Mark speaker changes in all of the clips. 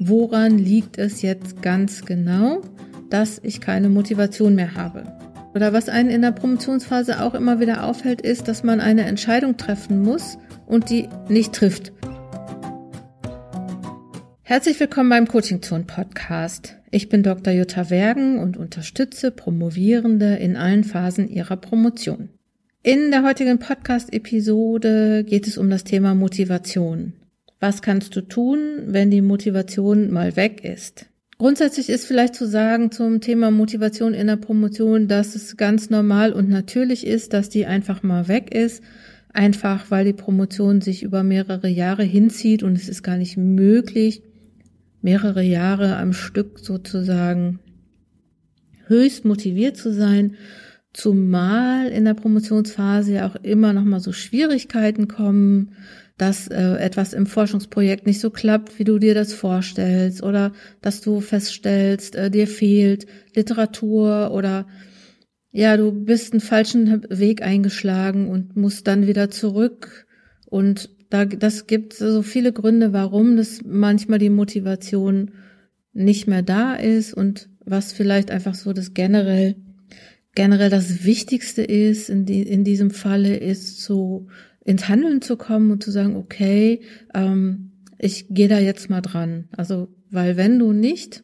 Speaker 1: woran liegt es jetzt ganz genau, dass ich keine Motivation mehr habe. Oder was einen in der Promotionsphase auch immer wieder auffällt, ist, dass man eine Entscheidung treffen muss und die nicht trifft. Herzlich willkommen beim Coaching Zone Podcast. Ich bin Dr. Jutta Wergen und unterstütze Promovierende in allen Phasen ihrer Promotion. In der heutigen Podcast-Episode geht es um das Thema Motivation. Was kannst du tun, wenn die Motivation mal weg ist? Grundsätzlich ist vielleicht zu sagen zum Thema Motivation in der Promotion, dass es ganz normal und natürlich ist, dass die einfach mal weg ist. Einfach, weil die Promotion sich über mehrere Jahre hinzieht und es ist gar nicht möglich, mehrere Jahre am Stück sozusagen höchst motiviert zu sein. Zumal in der Promotionsphase ja auch immer noch mal so Schwierigkeiten kommen, dass etwas im Forschungsprojekt nicht so klappt, wie du dir das vorstellst, oder dass du feststellst, dir fehlt Literatur oder ja, du bist einen falschen Weg eingeschlagen und musst dann wieder zurück. Und das gibt so viele Gründe, warum das manchmal die Motivation nicht mehr da ist und was vielleicht einfach so das generell das Wichtigste ist in diesem Falle ist, so ins Handeln zu kommen und zu sagen, okay, ich gehe da jetzt mal dran. Also, weil wenn du nicht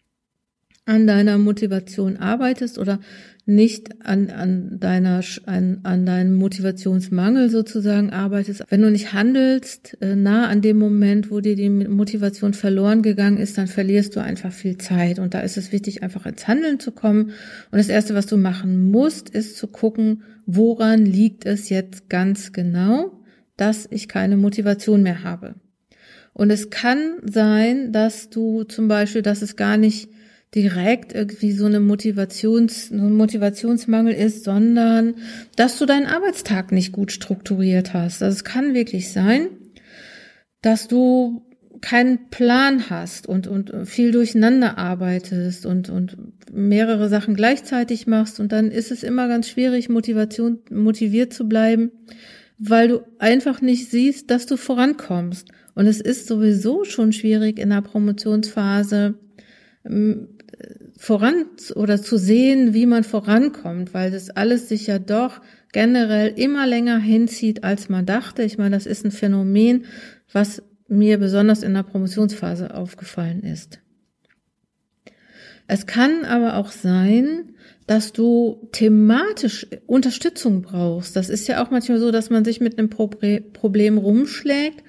Speaker 1: an deiner Motivation arbeitest oder nicht an deinem Motivationsmangel sozusagen arbeitest, wenn du nicht handelst, nah an dem Moment, wo dir die Motivation verloren gegangen ist, dann verlierst du einfach viel Zeit. Und da ist es wichtig, einfach ins Handeln zu kommen. Und das Erste, was du machen musst, ist zu gucken, woran liegt es jetzt ganz genau, dass ich keine Motivation mehr habe. Und es kann sein, dass du zum Beispiel, dass es gar nicht direkt irgendwie so ein Motivationsmangel ist, sondern dass du deinen Arbeitstag nicht gut strukturiert hast. Also es kann wirklich sein, dass du keinen Plan hast und viel durcheinander arbeitest und mehrere Sachen gleichzeitig machst, und dann ist es immer ganz schwierig, motiviert zu bleiben, weil du einfach nicht siehst, dass du vorankommst. Und es ist sowieso schon schwierig in der Promotionsphase zu sehen, wie man vorankommt, weil das alles sich ja doch generell immer länger hinzieht, als man dachte. Ich meine, das ist ein Phänomen, was mir besonders in der Promotionsphase aufgefallen ist. Es kann aber auch sein, dass du thematisch Unterstützung brauchst. Das ist ja auch manchmal so, dass man sich mit einem Problem rumschlägt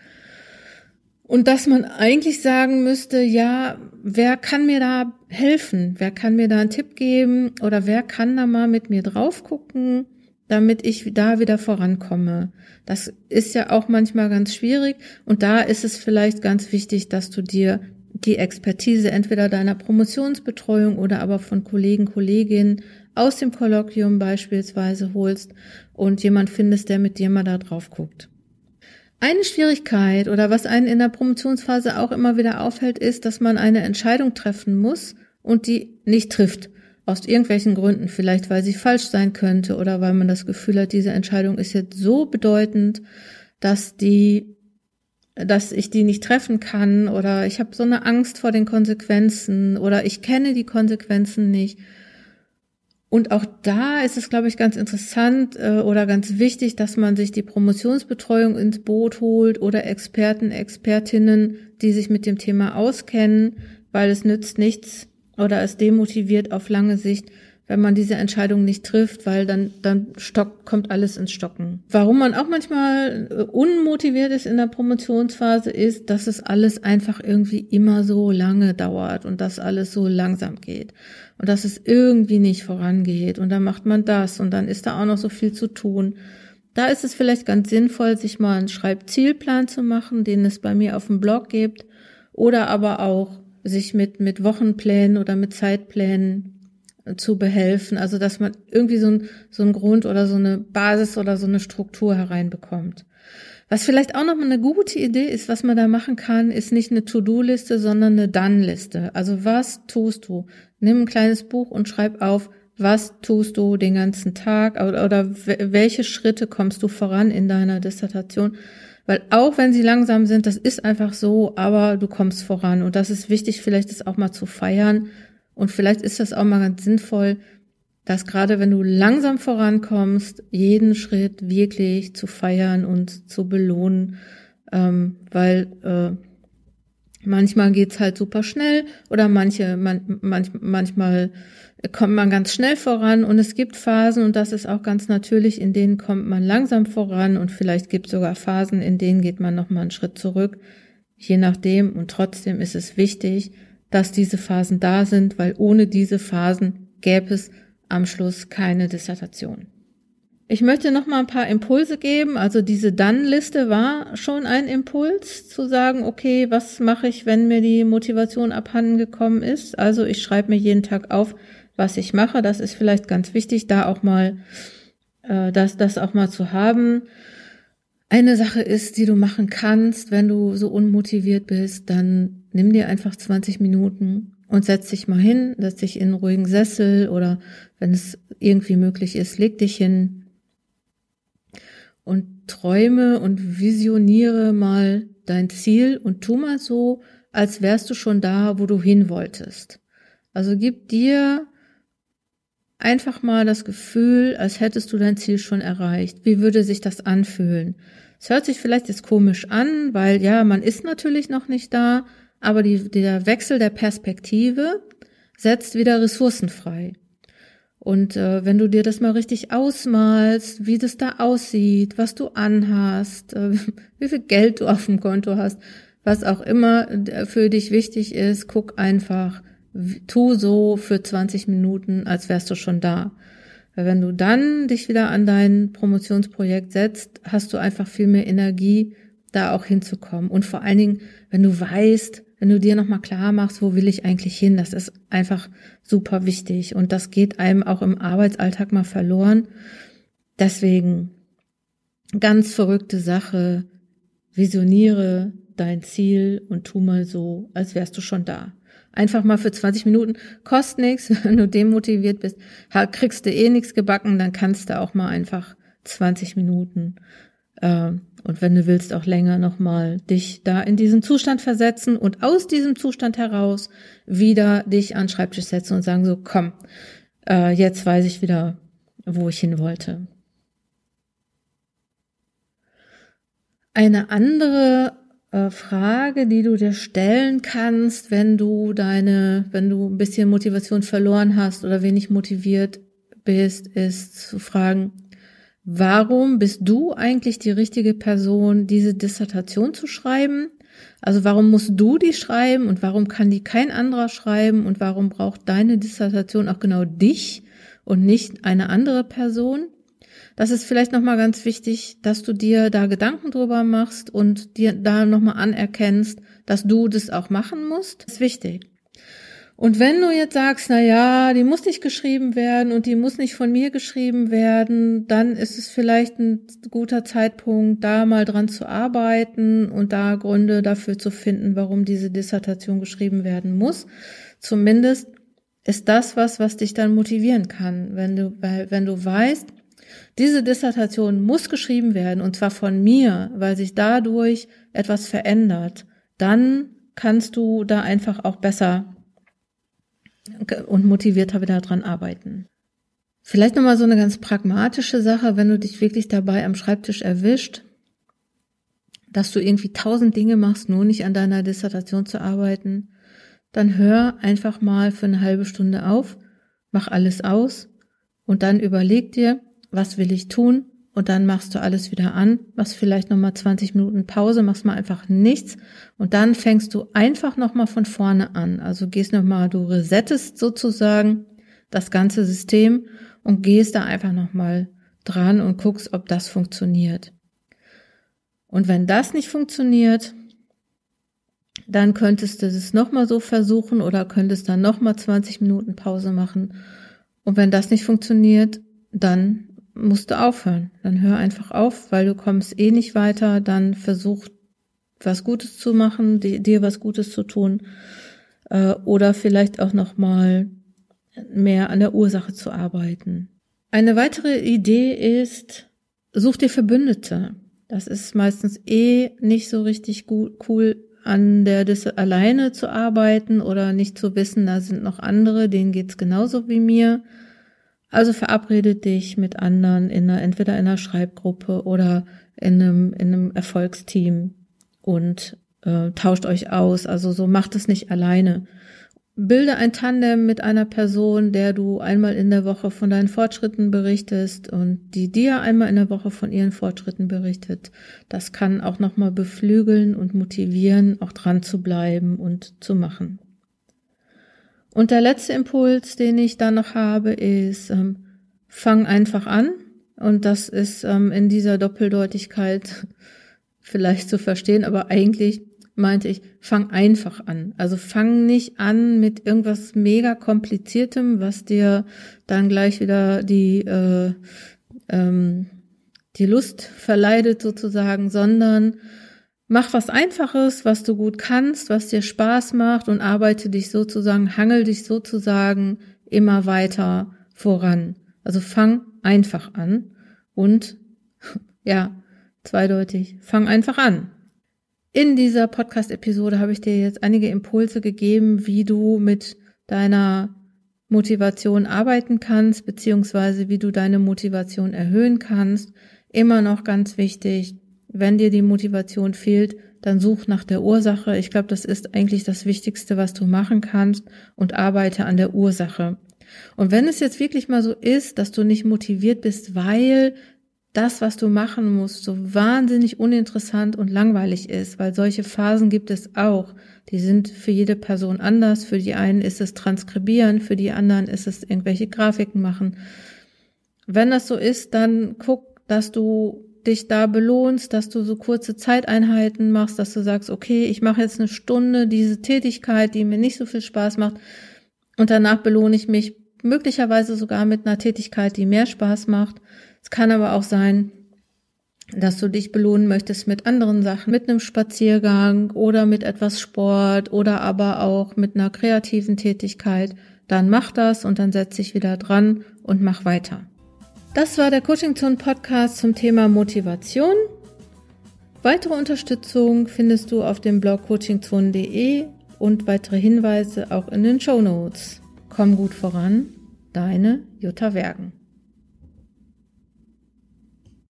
Speaker 1: und dass man eigentlich sagen müsste, ja, wer kann mir da helfen? Wer kann mir da einen Tipp geben? Oder wer kann da mal mit mir drauf gucken, damit ich da wieder vorankomme? Das ist ja auch manchmal ganz schwierig. Und da ist es vielleicht ganz wichtig, dass du dir die Expertise entweder deiner Promotionsbetreuung oder aber von Kolleginnen aus dem Kolloquium beispielsweise holst und jemand findest, der mit dir mal da drauf guckt. Eine Schwierigkeit oder was einen in der Promotionsphase auch immer wieder auffällt, ist, dass man eine Entscheidung treffen muss und die nicht trifft. Aus irgendwelchen Gründen, vielleicht weil sie falsch sein könnte oder weil man das Gefühl hat, diese Entscheidung ist jetzt so bedeutend, dass ich die nicht treffen kann, oder ich habe so eine Angst vor den Konsequenzen oder ich kenne die Konsequenzen nicht. Und auch da ist es, glaube ich, ganz interessant oder ganz wichtig, dass man sich die Promotionsbetreuung ins Boot holt oder Experten, Expertinnen, die sich mit dem Thema auskennen, weil es nützt nichts oder es demotiviert auf lange Sicht, wenn man diese Entscheidung nicht trifft, weil dann kommt alles ins Stocken. Warum man auch manchmal unmotiviert ist in der Promotionsphase, ist, dass es alles einfach irgendwie immer so lange dauert und dass alles so langsam geht und dass es irgendwie nicht vorangeht und dann macht man das und dann ist da auch noch so viel zu tun. Da ist es vielleicht ganz sinnvoll, sich mal einen Schreibzielplan zu machen, den es bei mir auf dem Blog gibt, oder aber auch sich mit Wochenplänen oder mit Zeitplänen zu behelfen, also dass man irgendwie so ein Grund oder so eine Basis oder so eine Struktur hereinbekommt. Was vielleicht auch noch mal eine gute Idee ist, was man da machen kann, ist nicht eine To-Do-Liste, sondern eine Done-Liste. Also was tust du? Nimm ein kleines Buch und schreib auf, was tust du den ganzen Tag oder welche Schritte kommst du voran in deiner Dissertation? Weil auch wenn sie langsam sind, das ist einfach so, aber du kommst voran. Und das ist wichtig, vielleicht das auch mal zu feiern. Und vielleicht ist das auch mal ganz sinnvoll, dass gerade wenn du langsam vorankommst, jeden Schritt wirklich zu feiern und zu belohnen, weil manchmal geht's halt super schnell oder manchmal kommt man ganz schnell voran und es gibt Phasen, und das ist auch ganz natürlich, in denen kommt man langsam voran und vielleicht gibt es sogar Phasen, in denen geht man nochmal einen Schritt zurück, je nachdem. Und trotzdem ist es wichtig, dass diese Phasen da sind, weil ohne diese Phasen gäbe es am Schluss keine Dissertation. Ich möchte noch mal ein paar Impulse geben. Also diese Dann-Liste war schon ein Impuls, zu sagen, okay, was mache ich, wenn mir die Motivation abhanden gekommen ist? Also ich schreibe mir jeden Tag auf, was ich mache. Das ist vielleicht ganz wichtig, da auch mal, das auch mal zu haben. Eine Sache ist, die du machen kannst, wenn du so unmotiviert bist, dann nimm dir einfach 20 Minuten und setz dich mal hin, setz dich in einen ruhigen Sessel oder wenn es irgendwie möglich ist, leg dich hin und träume und visioniere mal dein Ziel und tu mal so, als wärst du schon da, wo du hin wolltest. Also gib dir einfach mal das Gefühl, als hättest du dein Ziel schon erreicht. Wie würde sich das anfühlen? Es hört sich vielleicht jetzt komisch an, weil ja, man ist natürlich noch nicht da, aber der Wechsel der Perspektive setzt wieder Ressourcen frei. Und wenn du dir das mal richtig ausmalst, wie das da aussieht, was du anhast, wie viel Geld du auf dem Konto hast, was auch immer für dich wichtig ist, guck einfach, tu so für 20 Minuten, als wärst du schon da. Weil wenn du dann dich wieder an dein Promotionsprojekt setzt, hast du einfach viel mehr Energie, da auch hinzukommen. Und vor allen Dingen, wenn du weißt, wenn du dir nochmal klar machst, wo will ich eigentlich hin, das ist einfach super wichtig. Und das geht einem auch im Arbeitsalltag mal verloren. Deswegen, ganz verrückte Sache, visioniere dein Ziel und tu mal so, als wärst du schon da. Einfach mal für 20 Minuten, kostet nichts, wenn du demotiviert bist, kriegst du eh nichts gebacken, dann kannst du auch mal einfach 20 Minuten und wenn du willst auch länger nochmal dich da in diesen Zustand versetzen und aus diesem Zustand heraus wieder dich an den Schreibtisch setzen und sagen so, komm, jetzt weiß ich wieder, wo ich hin wollte. Eine andere Frage, die du dir stellen kannst, wenn du ein bisschen Motivation verloren hast oder wenig motiviert bist, ist zu fragen, warum bist du eigentlich die richtige Person, diese Dissertation zu schreiben? Also warum musst du die schreiben und warum kann die kein anderer schreiben und warum braucht deine Dissertation auch genau dich und nicht eine andere Person? Das ist vielleicht nochmal ganz wichtig, dass du dir da Gedanken drüber machst und dir da nochmal anerkennst, dass du das auch machen musst. Das ist wichtig. Und wenn du jetzt sagst, na ja, die muss nicht geschrieben werden und die muss nicht von mir geschrieben werden, dann ist es vielleicht ein guter Zeitpunkt, da mal dran zu arbeiten und da Gründe dafür zu finden, warum diese Dissertation geschrieben werden muss. Zumindest ist das was dich dann motivieren kann, wenn du weißt, diese Dissertation muss geschrieben werden, und zwar von mir, weil sich dadurch etwas verändert. Dann kannst du da einfach auch besser und motivierter wieder dran arbeiten. Vielleicht nochmal so eine ganz pragmatische Sache, wenn du dich wirklich dabei am Schreibtisch erwischt, dass du irgendwie 1000 Dinge machst, nur nicht an deiner Dissertation zu arbeiten, dann hör einfach mal für eine halbe Stunde auf, mach alles aus und dann überleg dir, was will ich tun? Und dann machst du alles wieder an, machst vielleicht nochmal 20 Minuten Pause, machst mal einfach nichts und dann fängst du einfach nochmal von vorne an. Also gehst nochmal, du resettest sozusagen das ganze System und gehst da einfach nochmal dran und guckst, ob das funktioniert. Und wenn das nicht funktioniert, dann könntest du es nochmal so versuchen oder könntest dann nochmal 20 Minuten Pause machen. Und wenn das nicht funktioniert, dann musst du aufhören. Dann hör einfach auf, weil du kommst eh nicht weiter. Dann versuch, was Gutes zu machen, dir was Gutes zu tun oder vielleicht auch nochmal mehr an der Ursache zu arbeiten. Eine weitere Idee ist, such dir Verbündete. Das ist meistens nicht so richtig cool, an der alleine zu arbeiten oder nicht zu wissen, da sind noch andere, denen geht's genauso wie mir. Also verabrede dich mit anderen entweder in einer Schreibgruppe oder in einem Erfolgsteam und tauscht euch aus. Also so macht es nicht alleine. Bilde ein Tandem mit einer Person, der du einmal in der Woche von deinen Fortschritten berichtest und die dir einmal in der Woche von ihren Fortschritten berichtet. Das kann auch nochmal beflügeln und motivieren, auch dran zu bleiben und zu machen. Und der letzte Impuls, den ich da noch habe, ist, fang einfach an. Und das ist in dieser Doppeldeutigkeit vielleicht zu verstehen, aber eigentlich meinte ich, fang einfach an. Also fang nicht an mit irgendwas mega kompliziertem, was dir dann gleich wieder die Lust verleidet sozusagen, sondern mach was Einfaches, was du gut kannst, was dir Spaß macht und hangel dich sozusagen immer weiter voran. Also fang einfach an und ja, zweideutig, fang einfach an. In dieser Podcast-Episode habe ich dir jetzt einige Impulse gegeben, wie du mit deiner Motivation arbeiten kannst, beziehungsweise wie du deine Motivation erhöhen kannst. Immer noch ganz wichtig, wenn dir die Motivation fehlt, dann such nach der Ursache. Ich glaube, das ist eigentlich das Wichtigste, was du machen kannst, und arbeite an der Ursache. Und wenn es jetzt wirklich mal so ist, dass du nicht motiviert bist, weil das, was du machen musst, so wahnsinnig uninteressant und langweilig ist, weil solche Phasen gibt es auch. Die sind für jede Person anders. Für die einen ist es Transkribieren, für die anderen ist es irgendwelche Grafiken machen. Wenn das so ist, dann guck, dass du dich da belohnst, dass du so kurze Zeiteinheiten machst, dass du sagst, okay, ich mache jetzt eine Stunde diese Tätigkeit, die mir nicht so viel Spaß macht, und danach belohne ich mich möglicherweise sogar mit einer Tätigkeit, die mehr Spaß macht. Es kann aber auch sein, dass du dich belohnen möchtest mit anderen Sachen, mit einem Spaziergang oder mit etwas Sport oder aber auch mit einer kreativen Tätigkeit. Dann mach das und dann setz dich wieder dran und mach weiter. Das war der Coaching Zone Podcast zum Thema Motivation. Weitere Unterstützung findest du auf dem Blog coachingzone.de und weitere Hinweise auch in den Shownotes. Komm gut voran, deine Jutta Wergen.